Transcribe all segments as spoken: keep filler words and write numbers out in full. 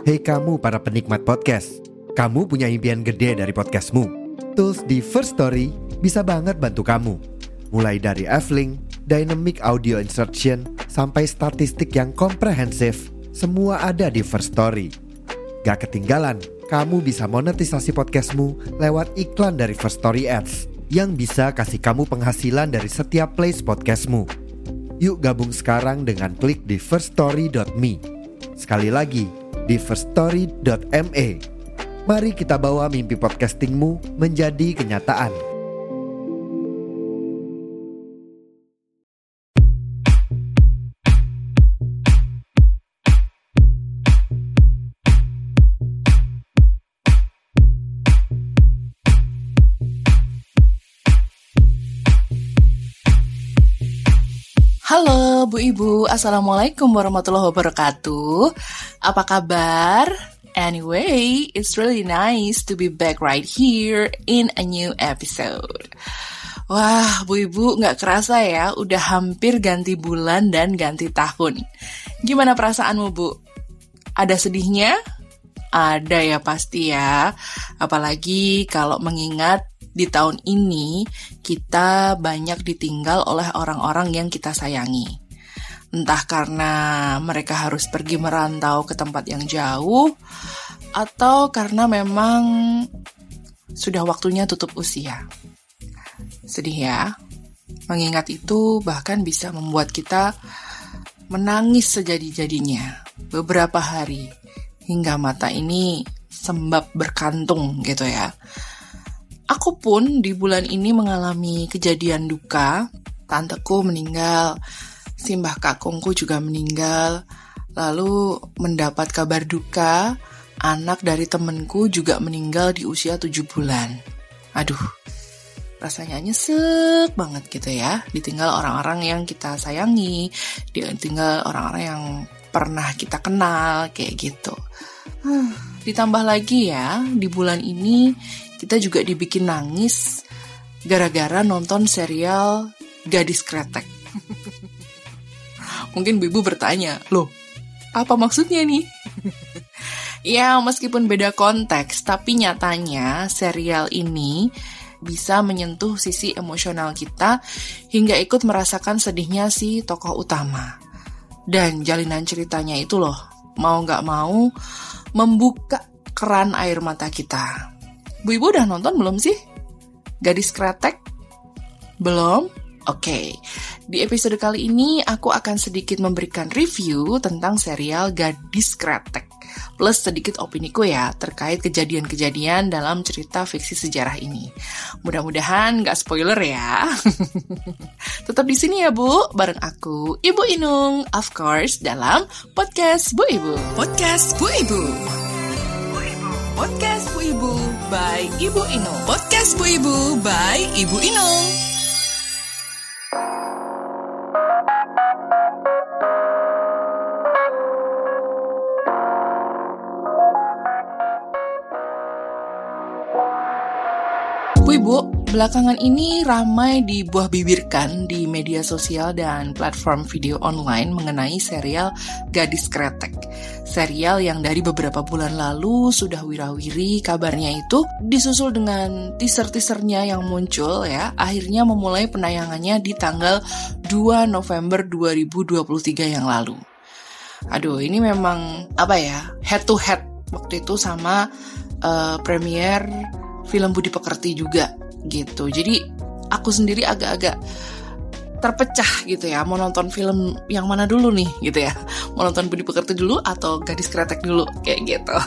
Hei kamu para penikmat podcast, kamu punya impian gede dari podcastmu. Tools di First Story bisa banget bantu kamu. Mulai dari F-Link, Dynamic Audio Insertion, sampai statistik yang komprehensif, semua ada di First Story. Gak ketinggalan, kamu bisa monetisasi podcastmu lewat iklan dari First Story Ads yang bisa kasih kamu penghasilan dari setiap plays podcastmu. Yuk gabung sekarang dengan klik di first story dot me. Sekali lagi, di first story dot me. Mari kita bawa mimpi podcastingmu menjadi kenyataan. Halo Bu Ibu, Assalamualaikum warahmatullahi wabarakatuh. Apa kabar? Anyway, it's really nice to be back right here in a new episode. Wah, Bu Ibu, gak kerasa ya, udah hampir ganti bulan dan ganti tahun. Gimana perasaanmu, Bu? Ada sedihnya? Ada ya pasti ya. Apalagi kalau mengingat di tahun ini kita banyak ditinggal oleh orang-orang yang kita sayangi. Entah karena mereka harus pergi merantau ke tempat yang jauh, atau karena memang sudah waktunya tutup usia. Sedih ya. Mengingat itu bahkan bisa membuat kita menangis sejadi-jadinya beberapa hari, hingga mata ini sembab berkantung gitu ya. Aku pun di bulan ini mengalami kejadian duka. Tanteku meninggal, simbah kakungku juga meninggal. Lalu mendapat kabar duka, anak dari temenku juga meninggal di usia tujuh bulan. Aduh, rasanya nyesek banget gitu ya. Ditinggal orang-orang yang kita sayangi, ditinggal orang-orang yang pernah kita kenal, kayak gitu. Huh, ditambah lagi ya, di bulan ini kita juga dibikin nangis gara-gara nonton serial Gadis Kretek. Mungkin Bu Ibu bertanya, loh, apa maksudnya nih? Ya, meskipun beda konteks, tapi nyatanya serial ini bisa menyentuh sisi emosional kita hingga ikut merasakan sedihnya si tokoh utama. Dan jalinan ceritanya itu loh, mau gak mau membuka keran air mata kita. Bu Ibu udah nonton belum sih? Gadis Kretek? Belum? Oke, okay. Di episode kali ini aku akan sedikit memberikan review tentang serial Gadis Kretek. Plus sedikit opiniku ya terkait kejadian-kejadian dalam cerita fiksi sejarah ini. Mudah-mudahan gak spoiler ya. Tetap di sini ya Bu, bareng aku Ibu Inung, of course, dalam Podcast Bu Ibu. Podcast Bu Ibu. Podcast Bu Ibu by Ibu Inung. Podcast Bu Ibu by Ibu Inung. Bu Ibu, belakangan ini ramai dibuah bibirkan di media sosial dan platform video online mengenai serial Gadis Kretek. Serial yang dari beberapa bulan lalu sudah wirawiri kabarnya itu disusul dengan teaser-teasernya yang muncul ya, akhirnya memulai penayangannya di tanggal dua November dua ribu dua puluh tiga yang lalu. Aduh, ini memang apa ya, head to head waktu itu sama uh, premier film Budi Pekerti juga gitu. Jadi aku sendiri agak-agak terpecah gitu ya, mau nonton film yang mana dulu nih gitu ya, mau nonton Budi Pekerti dulu atau Gadis Kretek dulu kayak gitu.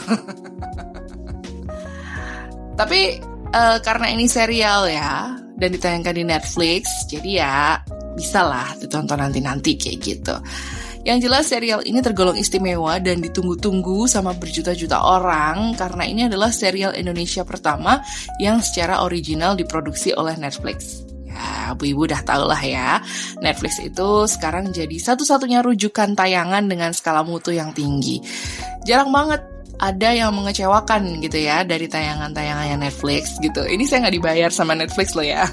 Tapi uh, karena ini serial ya dan ditayangkan di Netflix, jadi ya bisa lah ditonton nanti-nanti kayak gitu. Yang jelas serial ini tergolong istimewa dan ditunggu-tunggu sama berjuta-juta orang karena ini adalah serial Indonesia pertama yang secara original diproduksi oleh Netflix. Ya, Bu Ibu udah tau lah ya, Netflix itu sekarang jadi satu-satunya rujukan tayangan dengan skala mutu yang tinggi. Jarang banget ada yang mengecewakan gitu ya dari tayangan-tayangannya Netflix gitu. Ini saya nggak dibayar sama Netflix loh ya.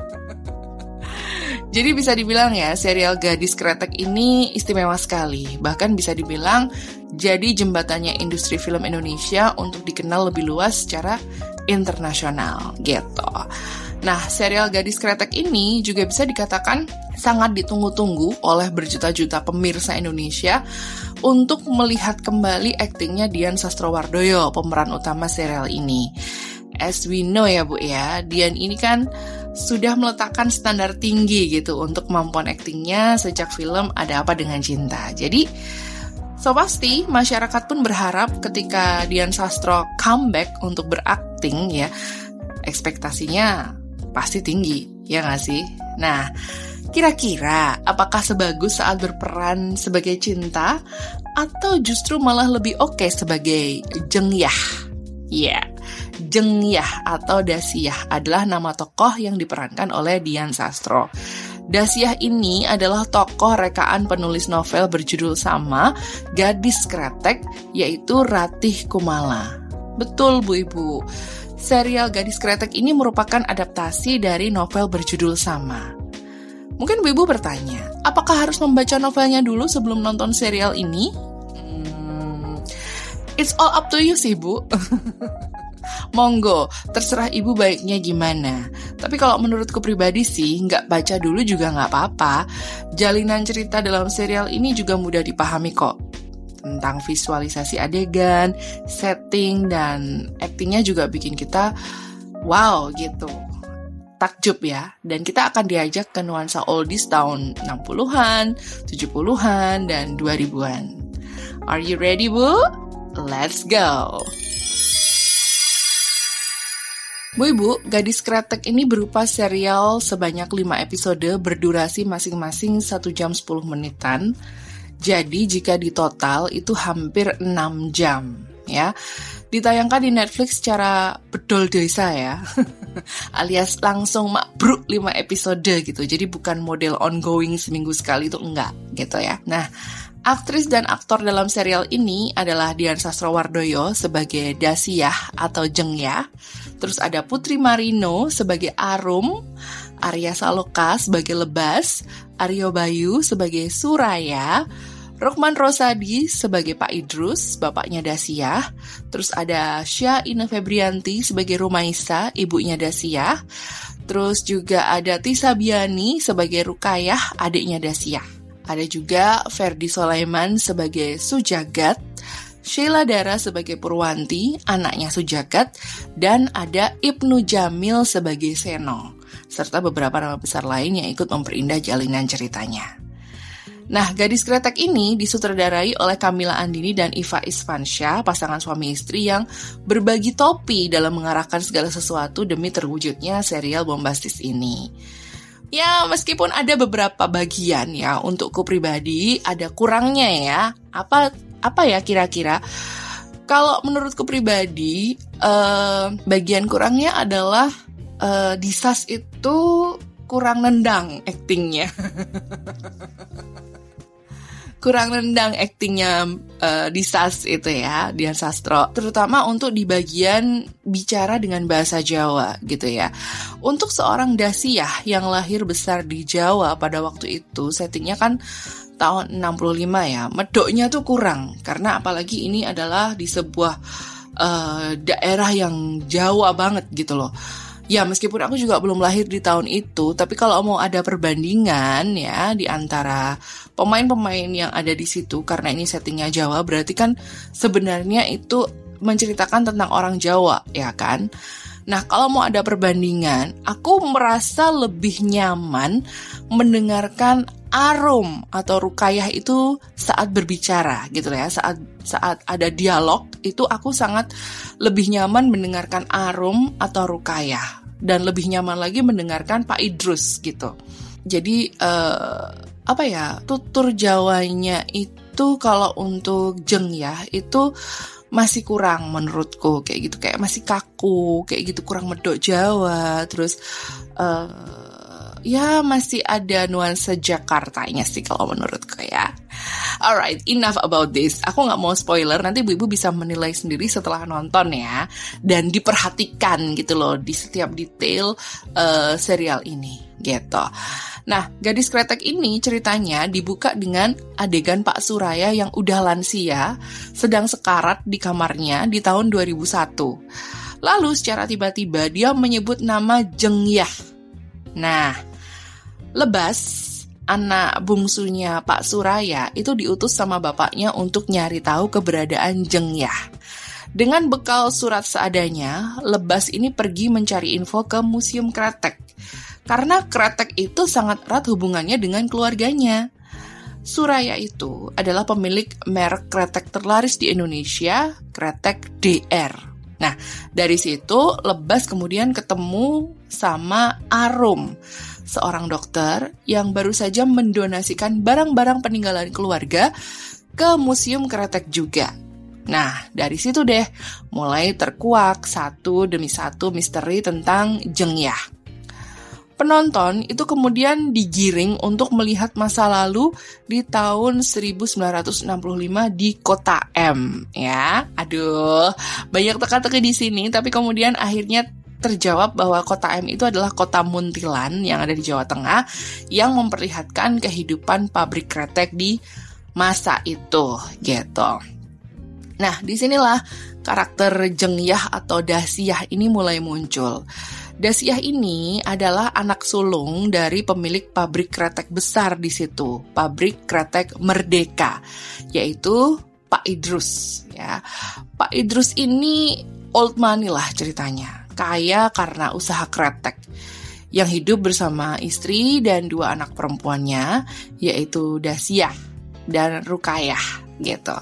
Jadi bisa dibilang ya, serial Gadis Kretek ini istimewa sekali. Bahkan bisa dibilang jadi jembatannya industri film Indonesia untuk dikenal lebih luas secara internasional gitu. Nah, serial Gadis Kretek ini juga bisa dikatakan sangat ditunggu-tunggu oleh berjuta-juta pemirsa Indonesia untuk melihat kembali aktingnya Dian Sastrowardoyo, pemeran utama serial ini. As we know ya Bu ya, Dian ini kan sudah meletakkan standar tinggi gitu untuk kemampuan aktingnya sejak film Ada Apa Dengan Cinta. Jadi, so pasti masyarakat pun berharap ketika Dian Sastro comeback untuk berakting ya, ekspektasinya pasti tinggi, ya nggak sih? Nah, kira-kira apakah sebagus saat berperan sebagai Cinta atau justru malah lebih oke sebagai Jengyah? Ya, yeah. Jengyah atau Dasyah adalah nama tokoh yang diperankan oleh Dian Sastro. Dasyah ini adalah tokoh rekaan penulis novel berjudul sama, Gadis Kretek, yaitu Ratih Kumala. Betul Bu Ibu. Serial Gadis Kretek ini merupakan adaptasi dari novel berjudul sama. Mungkin Bu Ibu bertanya, apakah harus membaca novelnya dulu sebelum nonton serial ini? Hmm, it's all up to you sih Bu. Monggo, terserah Ibu baiknya gimana. Tapi kalau menurutku pribadi sih, nggak baca dulu juga nggak apa-apa. Jalinan cerita dalam serial ini juga mudah dipahami kok. Tentang visualisasi adegan, setting, dan aktingnya juga bikin kita wow gitu. Takjub ya. Dan kita akan diajak ke nuansa oldies tahun enam puluhan, tujuh puluhan, dan dua ribuan. Are you ready, Bu? Let's go! Bu Ibu, Gadis Kretek ini berupa serial sebanyak lima episode berdurasi masing-masing satu jam sepuluh menitan. Jadi jika ditotal itu hampir enam jam ya. Ditayangkan di Netflix secara bedol desa ya. Alias langsung mabruk lima episode gitu. Jadi bukan model ongoing seminggu sekali, itu enggak gitu ya. Nah, aktris dan aktor dalam serial ini adalah Dian Sastrowardoyo sebagai Dasyah atau Jengyah. Terus ada Putri Marino sebagai Arum, Arya Saloka sebagai Lebas, Aryo Bayu sebagai Suraya, Rukman Rosadi sebagai Pak Idrus, bapaknya Dasyah. Terus ada Syah Ine Febrianti sebagai Rumaisa, ibunya Dasyah. Terus juga ada Tisa Biani sebagai Rukayah, adiknya Dasyah. Ada juga Ferdi Soleiman sebagai Sujagat, Sheila Dara sebagai Purwanti, anaknya Sujagat, dan ada Ibnu Jamil sebagai Seno, serta beberapa nama besar lain yang ikut memperindah jalinan ceritanya. Nah, Gadis Kretek ini disutradarai oleh Kamila Andini dan Iva Isfansyah, pasangan suami istri yang berbagi topi dalam mengarahkan segala sesuatu demi terwujudnya serial bombastis ini. Ya, meskipun ada beberapa bagian ya, untukku pribadi ada kurangnya ya. Apa apa ya kira-kira? Kalau menurutku pribadi, eh, bagian kurangnya adalah eh, Disas itu kurang nendang aktingnya. Kurang nendang aktingnya uh, Disas itu ya, Dian Sastro. Terutama untuk di bagian bicara dengan bahasa Jawa gitu ya. Untuk seorang Dasyah yang lahir besar di Jawa pada waktu itu, settingnya kan tahun enam puluh lima ya, medoknya tuh kurang. Karena apalagi ini adalah di sebuah uh, daerah yang Jawa banget gitu loh. Ya, meskipun aku juga belum lahir di tahun itu, tapi kalau mau ada perbandingan ya di antara pemain-pemain yang ada di situ, karena ini settingnya Jawa, berarti kan sebenarnya itu menceritakan tentang orang Jawa, ya kan? Nah, kalau mau ada perbandingan, aku merasa lebih nyaman mendengarkan Arum atau Rukayah itu saat berbicara gitu ya, saat saat ada dialog itu aku sangat lebih nyaman mendengarkan Arum atau Rukayah, dan lebih nyaman lagi mendengarkan Pak Idrus gitu. Jadi eh, apa ya, tutur Jawanya itu kalau untuk Jengyah itu masih kurang menurutku, kayak gitu, kayak masih kaku, kayak gitu, kurang medok Jawa. Terus uh, ya masih ada nuansa Jakartanya sih kalau menurutku ya. Alright, enough about this. Aku gak mau spoiler, nanti ibu-ibu bisa menilai sendiri setelah nonton ya. Dan diperhatikan gitu loh di setiap detail uh, serial ini gitu. Nah, Gadis Kretek ini ceritanya dibuka dengan adegan Pak Suraya yang udah lansia, sedang sekarat di kamarnya di tahun dua ribu satu. Lalu secara tiba-tiba dia menyebut nama Jengyah. Nah, Lebas, anak bungsunya Pak Suraya, itu diutus sama bapaknya untuk nyari tahu keberadaan Jengyah. Dengan bekal surat seadanya, Lebas ini pergi mencari info ke Museum Kretek. Karena Kretek itu sangat erat hubungannya dengan keluarganya. Suraya itu adalah pemilik merek kretek terlaris di Indonesia, Kretek D R. Nah, dari situ Lebas kemudian ketemu sama Arum, seorang dokter yang baru saja mendonasikan barang-barang peninggalan keluarga ke Museum Kretek juga. Nah, dari situ deh mulai terkuak satu demi satu misteri tentang Jengyah. Penonton itu kemudian digiring untuk melihat masa lalu di tahun seribu sembilan ratus enam puluh lima di Kota M, ya. Aduh, banyak teka-teki di sini, tapi kemudian akhirnya terjawab bahwa Kota M itu adalah kota Muntilan yang ada di Jawa Tengah yang memperlihatkan kehidupan pabrik kretek di masa itu, gitu. Nah, disinilah karakter Jengyah atau Dasyah ini mulai muncul. Dasyah ini adalah anak sulung dari pemilik pabrik kretek besar di situ, pabrik kretek Merdeka, yaitu Pak Idrus. Ya, Pak Idrus ini old money lah ceritanya, kaya karena usaha kretek, yang hidup bersama istri dan dua anak perempuannya, yaitu Dasyah dan Rukayah, gitu.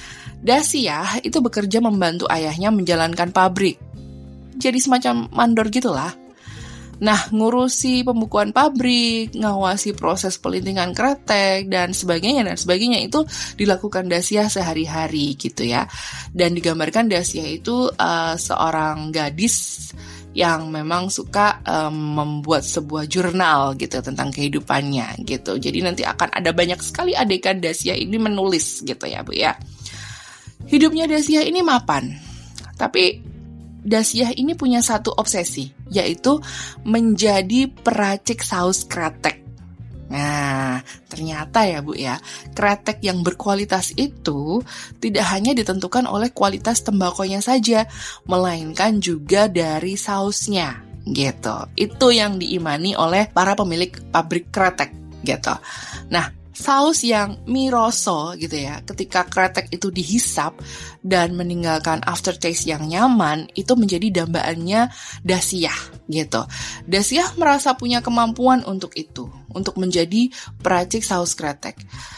Dasyah itu bekerja membantu ayahnya menjalankan pabrik. Jadi semacam mandor gitulah. Nah, ngurusi pembukuan pabrik, ngawasi proses pelintingan kretek, dan sebagainya, dan sebagainya itu dilakukan Dasyah sehari-hari gitu ya. Dan digambarkan Dasyah itu uh, seorang gadis yang memang suka um, membuat sebuah jurnal gitu tentang kehidupannya gitu. Jadi nanti akan ada banyak sekali adegan Dasyah ini menulis gitu ya Bu ya. Hidupnya Dasyah ini mapan, tapi Dasyah ini punya satu obsesi, yaitu menjadi peracik saus kretek. Nah, ternyata ya Bu ya, kretek yang berkualitas itu tidak hanya ditentukan oleh kualitas tembakonya saja, melainkan juga dari sausnya, gitu. Itu yang diimani oleh para pemilik pabrik kretek, gitu. Nah, saus yang miroso gitu ya, ketika kretek itu dihisap dan meninggalkan aftertaste yang nyaman, itu menjadi dambaannya Dasyah gitu. Dasyah merasa punya kemampuan untuk itu, untuk menjadi peracik saus kretek.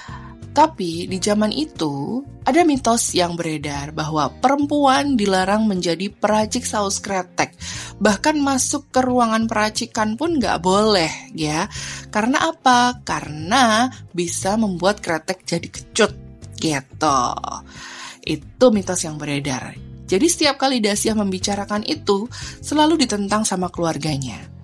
Tapi di zaman itu ada mitos yang beredar bahwa perempuan dilarang menjadi peracik saus kretek. Bahkan masuk ke ruangan peracikan pun nggak boleh ya. Karena apa? Karena bisa membuat kretek jadi kecut gitu. Itu mitos yang beredar. Jadi setiap kali Dasyah membicarakan itu selalu ditentang sama keluarganya.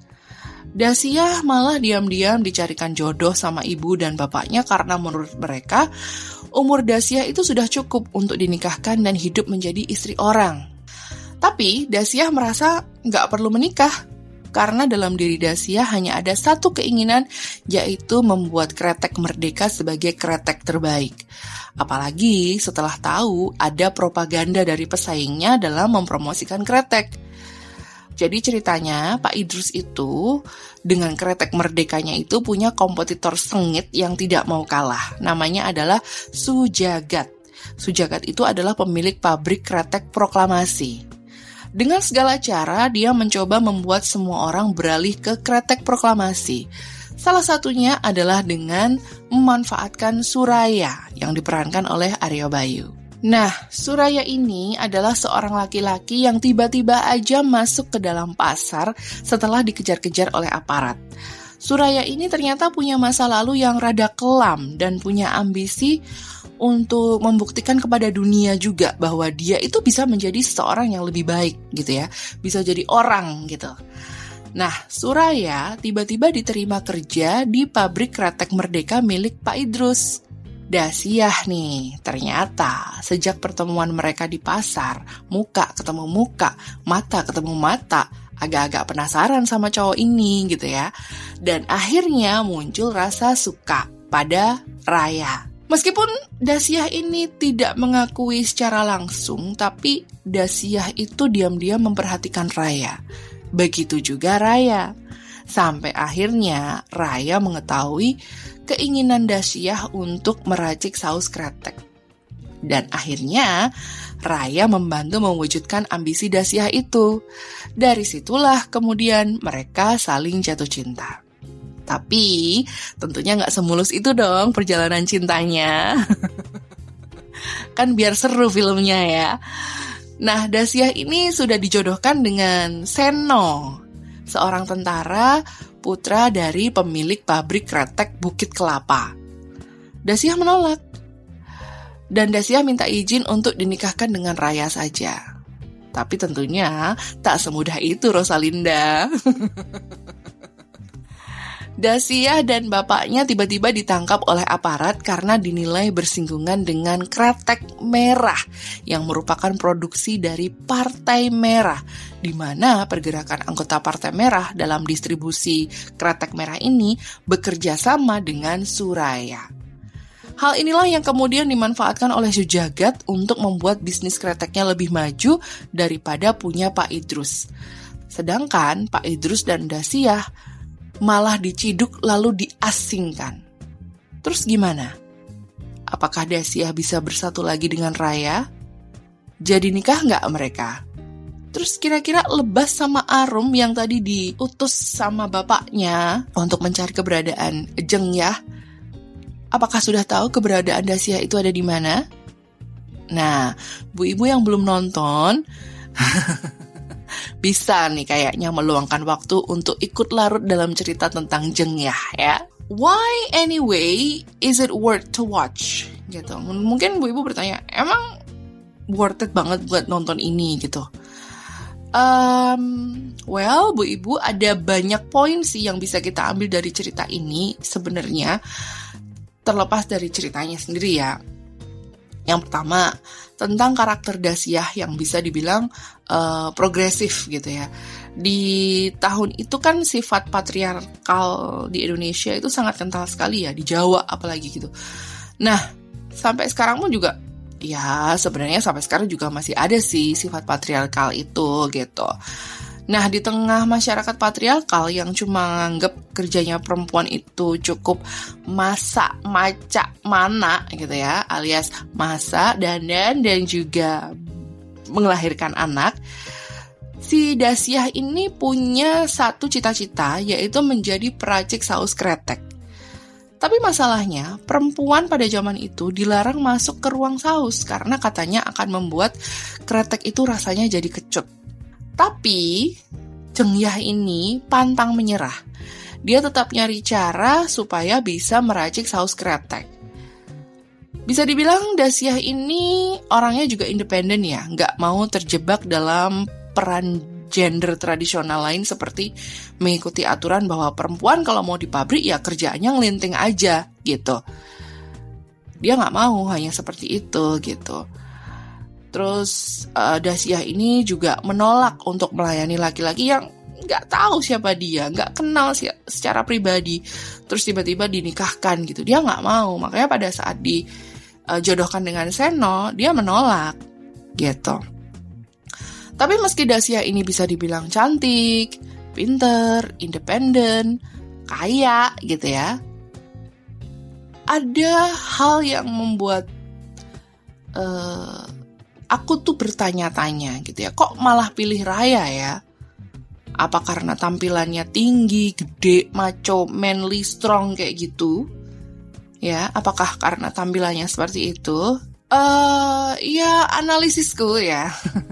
Dasyah malah diam-diam dicarikan jodoh sama ibu dan bapaknya karena menurut mereka umur Dasyah itu sudah cukup untuk dinikahkan dan hidup menjadi istri orang. Tapi Dasyah merasa nggak perlu menikah karena dalam diri Dasyah hanya ada satu keinginan, yaitu membuat kretek Merdeka sebagai kretek terbaik. Apalagi setelah tahu ada propaganda dari pesaingnya dalam mempromosikan kretek. Jadi ceritanya Pak Idrus itu dengan kretek Merdekanya itu punya kompetitor sengit yang tidak mau kalah. Namanya adalah Sujagat. Sujagat itu adalah pemilik pabrik kretek Proklamasi. Dengan segala cara dia mencoba membuat semua orang beralih ke kretek Proklamasi. Salah satunya adalah dengan memanfaatkan Suraya yang diperankan oleh Aryo Bayu. Nah, Suraya ini adalah seorang laki-laki yang tiba-tiba aja masuk ke dalam pasar setelah dikejar-kejar oleh aparat. Suraya ini ternyata punya masa lalu yang rada kelam dan punya ambisi untuk membuktikan kepada dunia juga bahwa dia itu bisa menjadi seseorang yang lebih baik gitu ya, bisa jadi orang gitu. Nah, Suraya tiba-tiba diterima kerja di pabrik kretek Merdeka milik Pak Idrus. Dasyah nih, ternyata sejak pertemuan mereka di pasar, muka ketemu muka, mata ketemu mata, agak-agak penasaran sama cowok ini gitu ya. Dan akhirnya muncul rasa suka pada Raya. Meskipun Dasyah ini tidak mengakui secara langsung, tapi Dasyah itu diam-diam memperhatikan Raya. Begitu juga Raya. Sampai akhirnya Raya mengetahui keinginan Dasyah untuk meracik saus kretek. Dan akhirnya Raya membantu mewujudkan ambisi Dasyah itu. Dari situlah kemudian mereka saling jatuh cinta. Tapi tentunya gak semulus itu dong perjalanan cintanya. Kan biar seru filmnya ya. Nah, Dasyah ini sudah dijodohkan dengan Seno, seorang tentara putra dari pemilik pabrik kretek Bukit Kelapa. Dasyah menolak. Dan Dasyah minta izin untuk dinikahkan dengan Raya saja. Tapi tentunya tak semudah itu Rosalinda. Dasyah dan bapaknya tiba-tiba ditangkap oleh aparat karena dinilai bersinggungan dengan Kretek Merah yang merupakan produksi dari Partai Merah, di mana pergerakan anggota Partai Merah dalam distribusi Kretek Merah ini bekerja sama dengan Suraya. Hal inilah yang kemudian dimanfaatkan oleh Sujagat untuk membuat bisnis kreteknya lebih maju daripada punya Pak Idrus. Sedangkan Pak Idrus dan Dasyah malah diciduk lalu diasingkan. Terus gimana? Apakah Dasyah bisa bersatu lagi dengan Raya? Jadi nikah nggak mereka? Terus kira-kira Lebas sama Arum yang tadi diutus sama bapaknya untuk mencari keberadaan Jengyah, apakah sudah tahu keberadaan Dasyah itu ada di mana? Nah, bu ibu yang belum nonton bisa nih kayaknya meluangkan waktu untuk ikut larut dalam cerita tentang Jengyah ya. Why anyway is it worth to watch? Gitu. M- mungkin bu ibu bertanya, emang worth it banget buat nonton ini gitu? Um, well, bu ibu ada banyak poin sih yang bisa kita ambil dari cerita ini sebenarnya, terlepas dari ceritanya sendiri ya. Yang pertama, tentang karakter Dasyah yang bisa dibilang uh, progresif gitu ya. Di tahun itu kan sifat patriarkal di Indonesia itu sangat kental sekali ya, di Jawa apalagi gitu. Nah, sampai sekarang pun juga, ya sebenarnya sampai sekarang juga masih ada sih sifat patriarkal itu gitu. Nah, di tengah masyarakat patriarkal yang cuma nganggep kerjanya perempuan itu cukup masak, macak, mana gitu ya, alias masak, dandan, dan juga melahirkan anak, si Dasyah ini punya satu cita-cita, yaitu menjadi peracik saus kretek. Tapi masalahnya, perempuan pada zaman itu dilarang masuk ke ruang saus karena katanya akan membuat kretek itu rasanya jadi kecut. Tapi Jengyah ini pantang menyerah. Dia tetap nyari cara supaya bisa meracik saus kretek. Bisa dibilang Dasyah ini orangnya juga independen ya, nggak mau terjebak dalam peran gender tradisional lain seperti mengikuti aturan bahwa perempuan kalau mau di pabrik ya kerjaannya ngelinting aja gitu. Dia nggak mau hanya seperti itu gitu. Terus uh, Dasyah ini juga menolak untuk melayani laki-laki yang nggak tahu siapa dia, nggak kenal si- secara pribadi. Terus tiba-tiba dinikahkan gitu, dia nggak mau. Makanya pada saat dijodohkan uh, dengan Seno, dia menolak gitu. Tapi meski Dasyah ini bisa dibilang cantik, pinter, independen, kaya gitu ya, ada hal yang membuat uh, aku tuh bertanya-tanya gitu ya, kok malah pilih Raya ya? Apa karena tampilannya tinggi, gede, macho, manly, strong kayak gitu? Ya, apakah karena tampilannya seperti itu? Eh, uh, ya analisisku ya.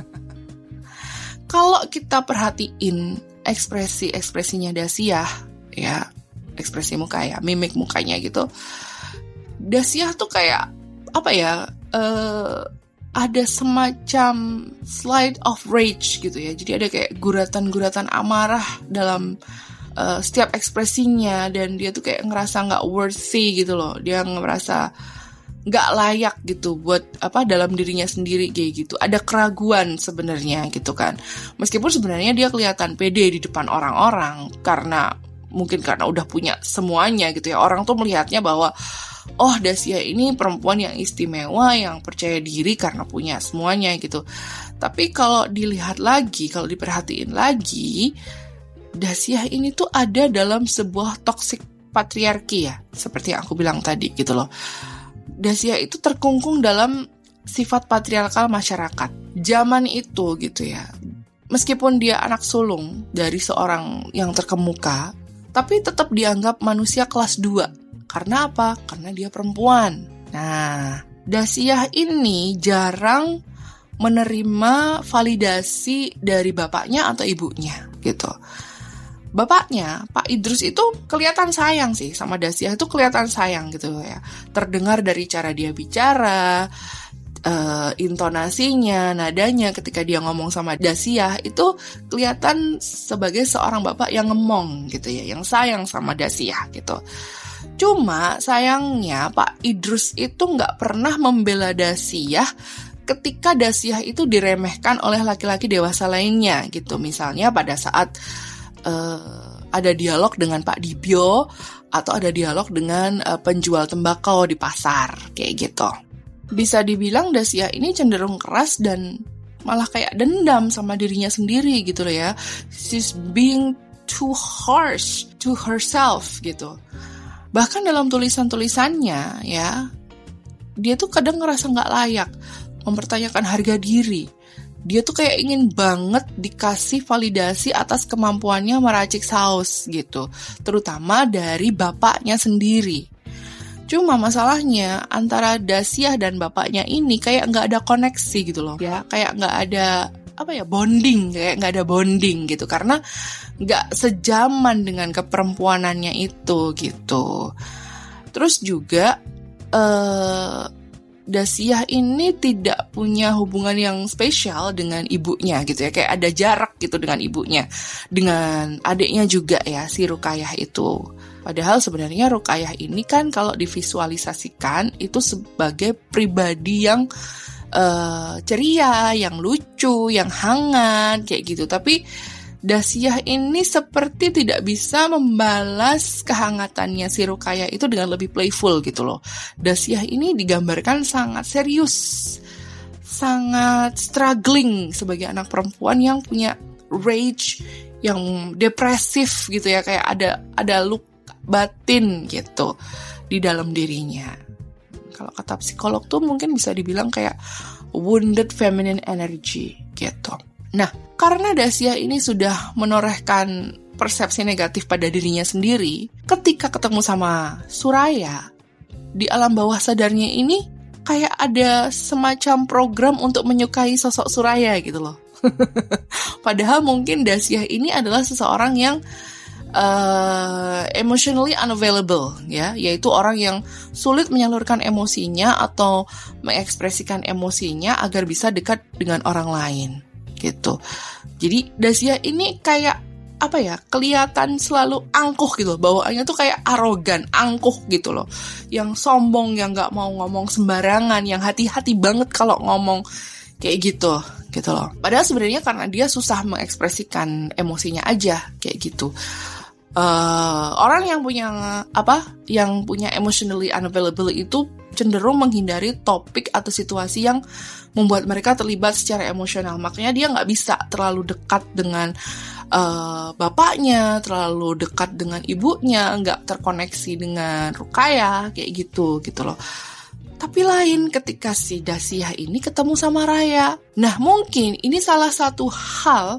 Kalau kita perhatiin ekspresi-ekspresinya Dasyah, ya, ekspresi muka ya, mimik mukanya gitu, Dasyah tuh kayak apa ya? Eh uh, ada semacam slide of rage gitu ya. Jadi ada kayak guratan-guratan amarah dalam uh, setiap ekspresinya, dan dia tuh kayak ngerasa nggak worthy gitu loh. Dia ngerasa nggak layak gitu buat apa dalam dirinya sendiri kayak gitu. Ada keraguan sebenarnya gitu kan. Meskipun sebenarnya dia kelihatan pede di depan orang-orang karena mungkin karena udah punya semuanya gitu ya. Orang tuh melihatnya bahwa oh, Dasia ini perempuan yang istimewa, yang percaya diri karena punya semuanya gitu. Tapi kalau dilihat lagi, kalau diperhatiin lagi, Dasia ini tuh ada dalam sebuah toxic patriarki ya, seperti yang aku bilang tadi gitu loh. Dasia itu terkungkung dalam sifat patriarkal masyarakat zaman itu gitu ya. Meskipun dia anak sulung dari seorang yang terkemuka, tapi tetap dianggap manusia kelas dua. Karena apa? Karena dia perempuan. Nah, Dasia ini jarang menerima validasi dari bapaknya atau ibunya gitu. Bapaknya, Pak Idrus itu kelihatan sayang sih sama Dasia, itu kelihatan sayang gitu ya. Terdengar dari cara dia bicara, uh, intonasinya, nadanya ketika dia ngomong sama Dasia itu kelihatan sebagai seorang bapak yang ngemong gitu ya, yang sayang sama Dasia gitu. Cuma sayangnya Pak Idrus itu nggak pernah membela Dasia ketika Dasia itu diremehkan oleh laki-laki dewasa lainnya gitu. Misalnya pada saat Uh, ada dialog dengan Pak Dibyo atau ada dialog dengan uh, penjual tembakau di pasar kayak gitu. Bisa dibilang Dasia ini cenderung keras dan malah kayak dendam sama dirinya sendiri gitu loh ya. She's being too harsh to herself gitu. Bahkan dalam tulisan-tulisannya ya, dia tuh kadang ngerasa nggak layak, mempertanyakan harga diri. Dia tuh kayak ingin banget dikasih validasi atas kemampuannya meracik saus gitu, terutama dari bapaknya sendiri. Cuma masalahnya antara Dasia dan bapaknya ini kayak nggak ada koneksi gitu loh, ya kayak nggak ada apa ya bonding, kayak nggak ada bonding gitu karena nggak sejaman dengan keperempuanannya itu gitu. Terus juga eh Dasia ini tidak punya hubungan yang spesial dengan ibunya gitu ya. Kayak ada jarak gitu dengan ibunya. Dengan adiknya juga ya, si Rukayah itu. Padahal sebenarnya Rukayah ini kan kalau divisualisasikan itu sebagai pribadi yang uh, ceria, yang lucu, yang hangat kayak gitu. Tapi Dasia ini seperti tidak bisa membalas kehangatannya si Rukayah itu dengan lebih playful gitu loh. Dasia ini digambarkan sangat serius, sangat struggling sebagai anak perempuan yang punya rage, yang depresif gitu ya, kayak ada ada luka batin gitu di dalam dirinya. Kalau kata psikolog tuh mungkin bisa dibilang kayak wounded feminine energy gitu. Nah, karena Dasia ini sudah menorehkan persepsi negatif pada dirinya sendiri, ketika ketemu sama Suraya, di alam bawah sadarnya ini kayak ada semacam program untuk menyukai sosok Suraya gitu loh. Padahal mungkin Dasia ini adalah seseorang yang uh, emotionally unavailable, ya, yaitu orang yang sulit menyalurkan emosinya atau mengekspresikan emosinya agar bisa dekat dengan orang lain. Gitu. Jadi Dasia ini kayak apa ya, kelihatan selalu angkuh gitu, bawaannya tuh kayak arogan, angkuh gitu loh, yang sombong, yang nggak mau ngomong sembarangan, yang hati-hati banget kalau ngomong kayak gitu, gitu loh. Padahal sebenarnya karena dia susah mengekspresikan emosinya aja kayak gitu. Uh, orang yang punya apa, yang punya emotionally unavailable itu cenderung menghindari topik atau situasi yang membuat mereka terlibat secara emosional. Makanya dia nggak bisa terlalu dekat dengan uh, bapaknya, terlalu dekat dengan ibunya, nggak terkoneksi dengan Rukayah kayak gitu gitu loh. Tapi lain ketika si Dasia ini ketemu sama Raya. Nah mungkin ini salah satu hal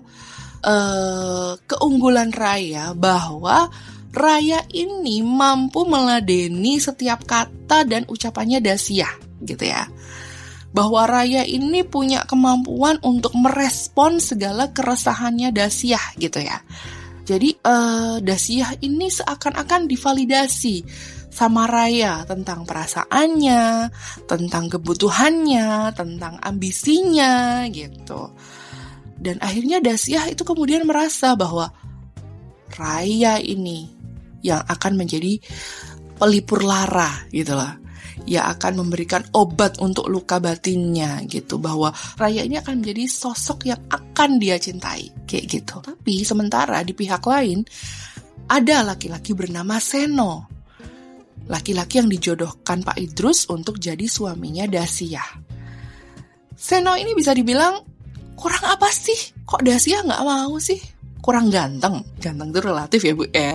uh, keunggulan Raya, bahwa Raya ini mampu meladeni setiap kata dan ucapannya Dasia gitu ya. Bahwa Raya ini punya kemampuan untuk merespon segala keresahannya Dasia gitu ya. Jadi uh, Dasia ini seakan-akan divalidasi sama Raya tentang perasaannya, tentang kebutuhannya, tentang ambisinya gitu. Dan akhirnya Dasyah itu kemudian merasa bahwa Raya ini yang akan menjadi pelipur lara gitu loh. Yang akan memberikan obat untuk luka batinnya gitu. Bahwa Raya ini akan menjadi sosok yang akan dia cintai kayak gitu. Tapi sementara di pihak lain ada laki-laki bernama Seno. Laki-laki yang dijodohkan Pak Idrus untuk jadi suaminya Dasyah. Seno ini bisa dibilang kurang apa sih? Kok Dasyah nggak mau sih? Kurang ganteng. Ganteng itu relatif ya Bu ya.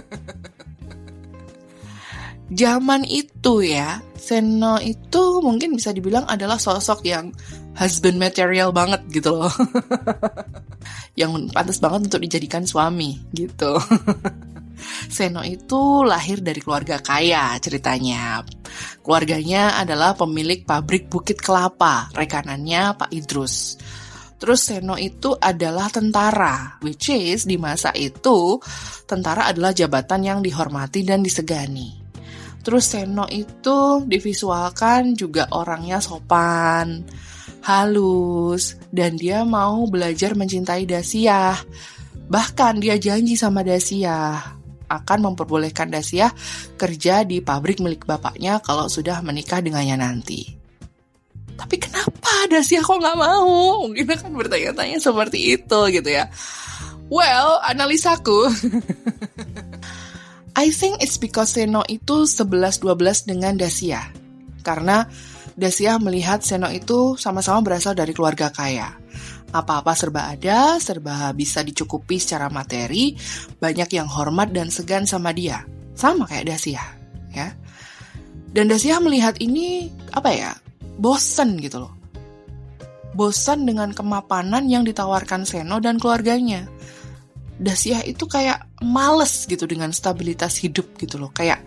Zaman itu ya, Seno itu mungkin bisa dibilang adalah sosok yang husband material banget gitu loh. Yang pantas banget untuk dijadikan suami gitu. Seno itu lahir dari keluarga kaya ceritanya. Keluarganya adalah pemilik pabrik Bukit Kelapa, rekanannya Pak Idrus. Terus Seno itu adalah tentara, which is di masa itu tentara adalah jabatan yang dihormati dan disegani. Terus Seno itu divisualkan juga orangnya sopan, halus, dan dia mau belajar mencintai Dasyah. Bahkan dia janji sama Dasyah akan memperbolehkan Dasyah kerja di pabrik milik bapaknya kalau sudah menikah dengannya nanti. Tapi kenapa Dasyah kok nggak mau? Mungkin kan bertanya-tanya seperti itu gitu ya. Well, analisaku, I think it's because Seno itu sebelas dua belas dengan Dasyah. Karena Dasyah melihat Seno itu sama-sama berasal dari keluarga kaya. Apa-apa serba ada, serba bisa dicukupi secara materi, banyak yang hormat dan segan sama dia. Sama kayak Dasyah, ya. Dan Dasyah melihat ini, apa ya, bosan gitu loh. Bosan dengan kemapanan yang ditawarkan Seno dan keluarganya. Dasyah itu kayak males gitu dengan stabilitas hidup gitu loh. Kayak,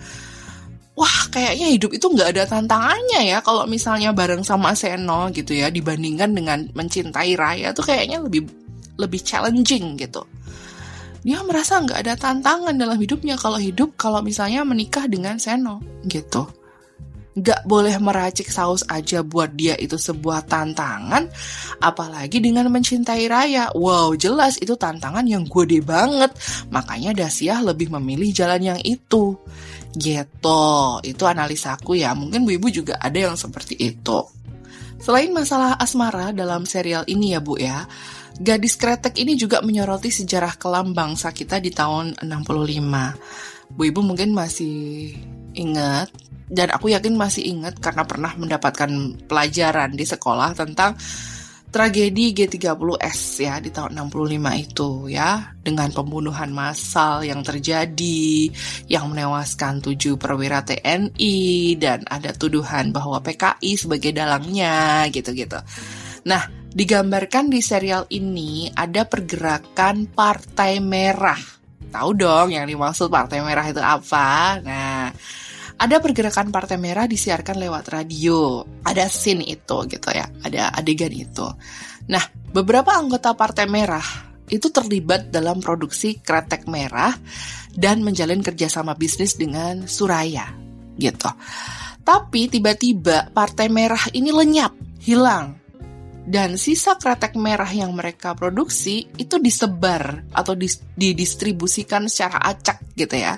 wah kayaknya hidup itu gak ada tantangannya ya kalau misalnya bareng sama Seno gitu ya, dibandingkan dengan mencintai Raya tuh kayaknya lebih lebih challenging gitu. Dia merasa gak ada tantangan dalam hidupnya kalau hidup kalau misalnya menikah dengan Seno gitu. Gak boleh meracik saus aja buat dia itu sebuah tantangan, apalagi dengan mencintai Raya. Wow, jelas itu tantangan yang gede banget. Makanya Dasyah lebih memilih jalan yang itu. Gitu, itu analisaku ya. Mungkin Bu Ibu juga ada yang seperti itu. Selain masalah asmara dalam serial ini ya Bu ya, Gadis Kretek ini juga menyoroti sejarah kelam bangsa kita di tahun enam puluh lima. Bu Ibu mungkin masih ingat, dan aku yakin masih ingat karena pernah mendapatkan pelajaran di sekolah tentang tragedi G tiga puluh S ya di tahun enam puluh lima itu ya, dengan pembunuhan massal yang terjadi yang menewaskan tujuh perwira T N I dan ada tuduhan bahwa P K I sebagai dalangnya gitu-gitu. Nah, digambarkan di serial ini ada pergerakan Partai Merah. Tahu dong yang dimaksud Partai Merah itu apa? Nah, ada pergerakan Partai Merah disiarkan lewat radio. Ada scene itu gitu ya, ada adegan itu. Nah, beberapa anggota Partai Merah itu terlibat dalam produksi kretek merah dan menjalin kerjasama bisnis dengan Suraya gitu. Tapi tiba-tiba Partai Merah ini lenyap, hilang. Dan sisa kretek merah yang mereka produksi itu disebar atau didistribusikan secara acak gitu ya.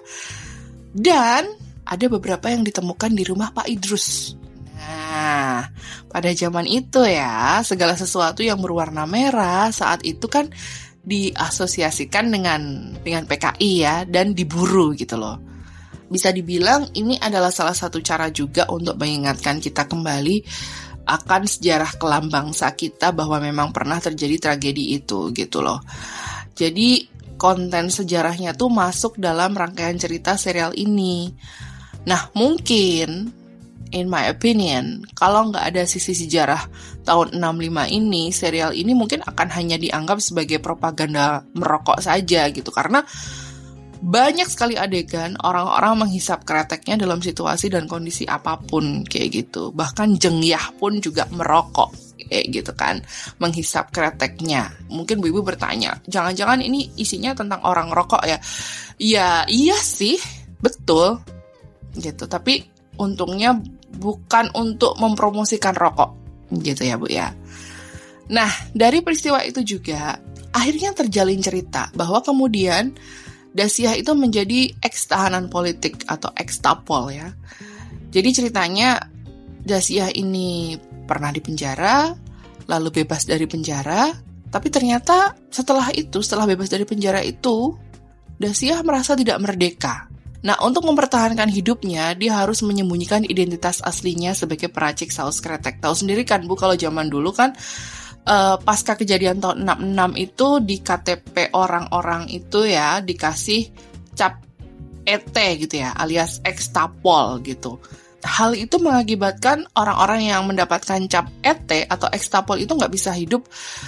Dan ada beberapa yang ditemukan di rumah Pak Idrus. Nah, pada zaman itu ya, segala sesuatu yang berwarna merah saat itu kan diasosiasikan dengan dengan P K I ya, dan diburu gitu loh. Bisa dibilang ini adalah salah satu cara juga untuk mengingatkan kita kembali akan sejarah kelam bangsa kita bahwa memang pernah terjadi tragedi itu gitu loh. Jadi konten sejarahnya tuh masuk dalam rangkaian cerita serial ini. Nah, mungkin, in my opinion, kalau nggak ada sisi sejarah tahun enam puluh lima ini, serial ini mungkin akan hanya dianggap sebagai propaganda merokok saja gitu. Karena banyak sekali adegan orang-orang menghisap kreteknya dalam situasi dan kondisi apapun kayak gitu. Bahkan Jengyah pun juga merokok kayak gitu kan, menghisap kreteknya. Mungkin Bu Ibu bertanya, jangan-jangan ini isinya tentang orang rokok ya? Ya iya sih, betul. gitu. Tapi untungnya bukan untuk mempromosikan rokok gitu ya Bu ya. Nah, dari peristiwa itu juga akhirnya terjalin cerita bahwa kemudian Dasyah itu menjadi eks tahanan politik atau eks tapol ya. Jadi ceritanya Dasyah ini pernah dipenjara, lalu bebas dari penjara, tapi ternyata setelah itu, setelah bebas dari penjara itu, Dasyah merasa tidak merdeka. Nah, untuk mempertahankan hidupnya, dia harus menyembunyikan identitas aslinya sebagai peracik saus kretek. Tahu sendiri kan Bu, kalau zaman dulu kan, uh, pasca kejadian tahun enam puluh enam itu di K T P orang-orang itu ya, dikasih cap E T gitu ya, alias ekstapol gitu. Hal itu mengakibatkan orang-orang yang mendapatkan cap E T atau ekstapol itu nggak bisa hidup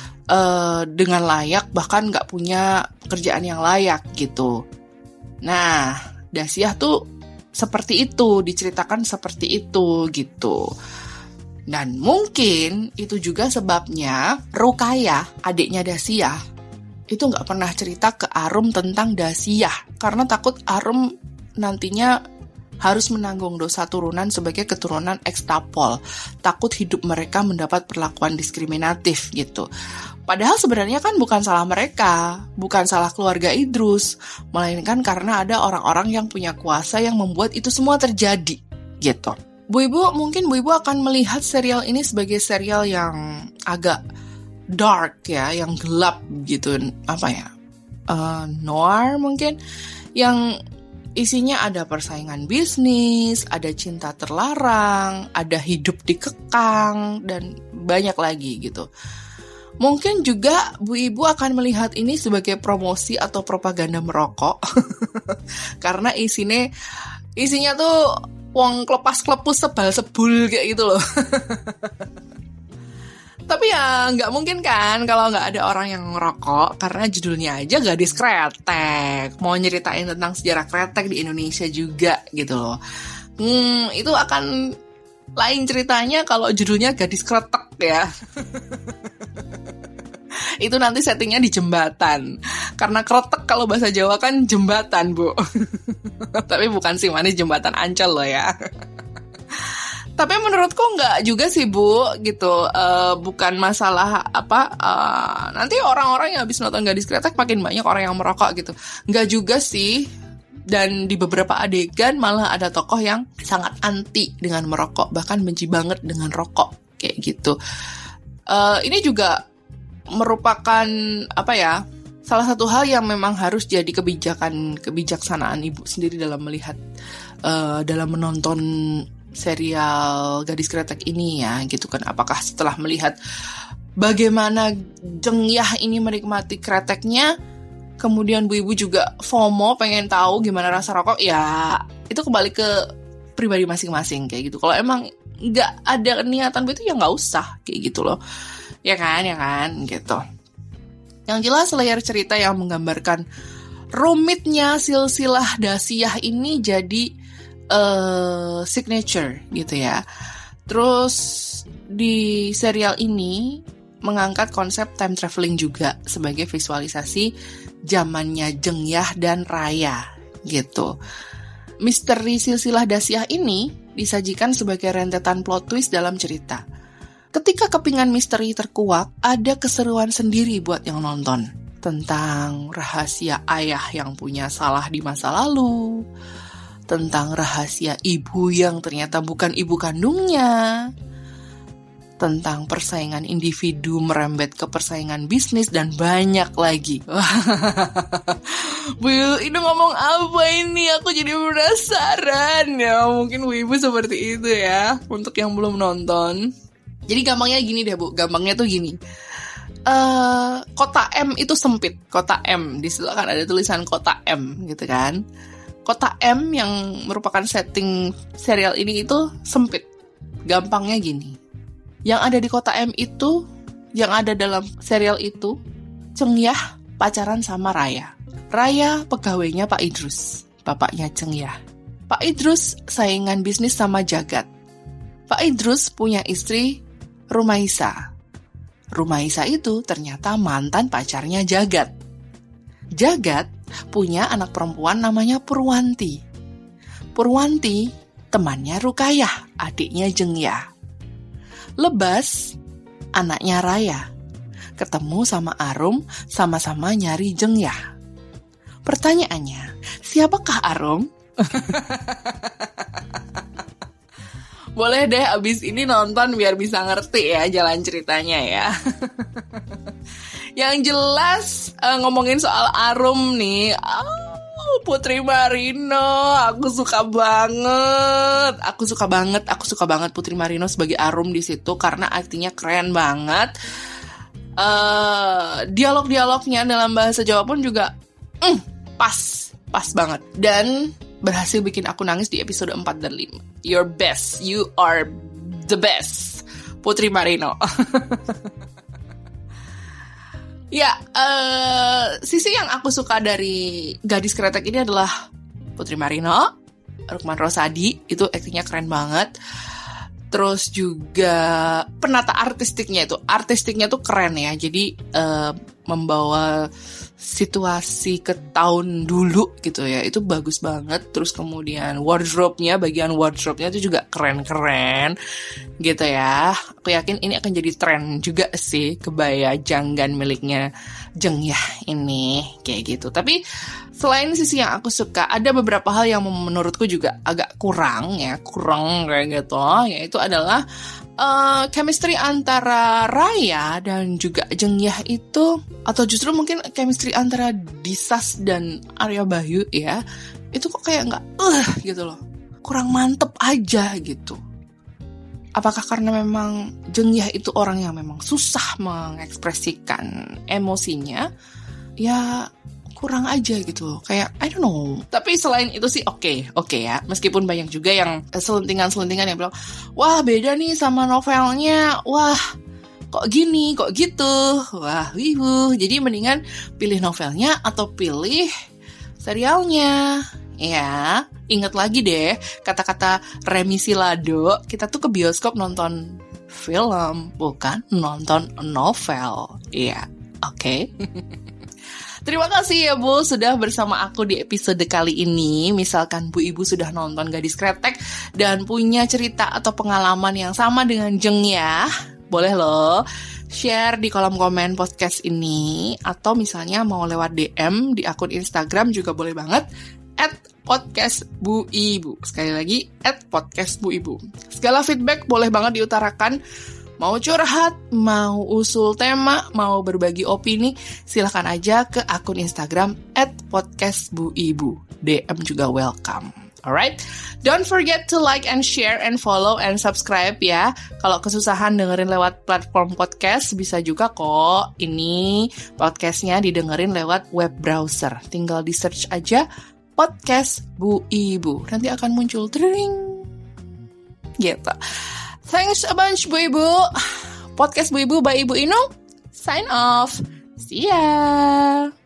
uh, dengan layak, bahkan nggak punya pekerjaan yang layak gitu. Nah, Dasyah tuh seperti itu, diceritakan seperti itu gitu. Dan mungkin itu juga sebabnya Rukayah, adiknya Dasyah, itu nggak pernah cerita ke Arum tentang Dasyah, karena takut Arum nantinya harus menanggung dosa turunan sebagai keturunan ekstapol. Takut hidup mereka mendapat perlakuan diskriminatif gitu. Padahal sebenarnya kan bukan salah mereka, bukan salah keluarga Idrus, melainkan karena ada orang-orang yang punya kuasa yang membuat itu semua terjadi gitu. Bu Ibu, mungkin Bu Ibu akan melihat serial ini sebagai serial yang agak dark ya, yang gelap gitu, apa ya, uh, noir mungkin, yang isinya ada persaingan bisnis, ada cinta terlarang, ada hidup dikekang, dan banyak lagi gitu. Mungkin juga Bu Ibu akan melihat ini sebagai promosi atau propaganda merokok. Karena isinya, isinya tuh wong klepas-klepus sebal-sebul kayak gitu loh. Tapi ya nggak mungkin kan kalau nggak ada orang yang ngerokok, karena judulnya aja Gadis Kretek. Mau nyeritain tentang sejarah kretek di Indonesia juga gitu loh. Hmm, itu akan lain ceritanya kalau judulnya Gadis Kretek ya. Itu nanti settingnya di jembatan. Karena kretek kalau bahasa Jawa kan jembatan, Bu. Tapi bukan sih manis jembatan Ancol loh ya. Tapi menurutku nggak juga sih Bu, gitu. Uh, bukan masalah apa. Uh, nanti orang-orang yang habis nonton Gadis Kretek makin banyak orang yang merokok gitu. Nggak juga sih. Dan di beberapa adegan malah ada tokoh yang sangat anti dengan merokok, bahkan benci banget dengan rokok kayak gitu. Uh, ini juga merupakan apa ya? Salah satu hal yang memang harus jadi kebijakan kebijaksanaan Ibu sendiri dalam melihat, uh, dalam menonton serial Gadis Kretek ini ya, gitu kan. Apakah setelah melihat bagaimana Jengyah ini menikmati kreteknya, kemudian Bu Ibu juga FOMO pengen tahu gimana rasa rokok, ya itu kembali ke pribadi masing-masing kayak gitu. Kalau emang nggak ada niatan itu ya nggak usah kayak gitu loh, ya kan, ya kan, gitu. Yang jelas layar cerita yang menggambarkan rumitnya silsilah Dasyah ini jadi Uh, signature gitu ya. Terus di serial ini mengangkat konsep time traveling juga sebagai visualisasi zamannya Jengyah dan Raya gitu. Misteri silsilah Dasyah ini disajikan sebagai rentetan plot twist dalam cerita. Ketika kepingan misteri terkuak, ada keseruan sendiri buat yang nonton tentang rahasia ayah yang punya salah di masa lalu, tentang rahasia ibu yang ternyata bukan ibu kandungnya, tentang persaingan individu merembet ke persaingan bisnis, dan banyak lagi. Bu, ini ngomong apa ini? Aku jadi penasaran ya. Mungkin Bu Ibu seperti itu ya, untuk yang belum nonton. Jadi gampangnya gini deh Bu, gampangnya tuh gini. Uh, kota M itu sempit, kota M. Di situ kan ada tulisan kota M gitu kan. Kota M yang merupakan setting serial ini itu sempit. Gampangnya gini. Yang ada di kota M itu, yang ada dalam serial itu, Jengyah pacaran sama Raya. Raya pegawainya Pak Idrus, bapaknya Jengyah. Pak Idrus saingan bisnis sama Jagat. Pak Idrus punya istri Rumaisa. Rumaisa itu ternyata mantan pacarnya Jagat. Jagat punya anak perempuan namanya Purwanti. Purwanti temannya Rukayah, adiknya Jengyah. Lebas, anaknya Raya, ketemu sama Arum, sama-sama nyari Jengyah. Pertanyaannya, siapakah Arum? Boleh deh abis ini nonton biar bisa ngerti ya jalan ceritanya ya. Yang jelas uh, ngomongin soal Arum nih, oh, Putri Marino, aku suka banget, aku suka banget, aku suka banget Putri Marino sebagai Arum di situ karena artinya keren banget. Uh, dialog-dialognya dalam bahasa Jawa pun juga mm, pas, pas banget dan berhasil bikin aku nangis di episode empat dan lima. You're best, you are the best, Putri Marino. Ya, uh, sisi yang aku suka dari Gadis Kretek ini adalah Putri Marino, Rukman Rosadi, itu aktingnya keren banget. Terus juga penata artistiknya itu, artistiknya tuh keren ya. Jadi uh, membawa situasi ke tahun dulu gitu ya, itu bagus banget. Terus kemudian wardrobe-nya, bagian wardrobe-nya itu juga keren-keren gitu ya. Aku yakin ini akan jadi tren juga sih, kebaya janggan miliknya Jengyah ini kayak gitu. Tapi selain sisi yang aku suka, ada beberapa hal yang menurutku juga agak kurang ya, kurang kayak gitu, yaitu adalah Uh, chemistry antara Raya dan juga Jengyah itu, atau justru mungkin chemistry antara Disas dan Arya Bayu ya, itu kok kayak nggak uh gitu loh, kurang mantep aja gitu. Apakah karena memang Jengyah itu orang yang memang susah mengekspresikan emosinya, ya kurang aja gitu, kayak I don't know. Tapi selain itu sih oke, okay, oke okay ya. Meskipun banyak juga yang selentingan-selentingan yang bilang, wah beda nih sama novelnya, wah kok gini, kok gitu, wah wibu. Jadi mendingan pilih novelnya atau pilih serialnya. Ya, ingat lagi deh kata-kata Remi Silado, kita tuh ke bioskop nonton film, bukan nonton novel. Iya, oke. Okay? Terima kasih ya Bu sudah bersama aku di episode kali ini. Misalkan Bu Ibu sudah nonton Gadis Kretek dan punya cerita atau pengalaman yang sama dengan Jengyah, boleh loh share di kolom komen podcast ini. Atau misalnya mau lewat D M di akun Instagram juga boleh banget, at podcast Bu Ibu. Sekali lagi, at podcast Bu Ibu. Segala feedback boleh banget diutarakan. Mau curhat, mau usul tema, mau berbagi opini, silahkan aja ke akun Instagram at podcast Bu Ibu. D M juga welcome. Alright, don't forget to like and share and follow and subscribe ya. Kalau kesusahan dengerin lewat platform podcast, bisa juga kok ini podcastnya didengerin lewat web browser. Tinggal di search aja podcast Bu Ibu. Nanti akan muncul tring gitu. Thanks a bunch Bu Ibu. Podcast Bu Ibu by Ibu Inung sign off. See ya.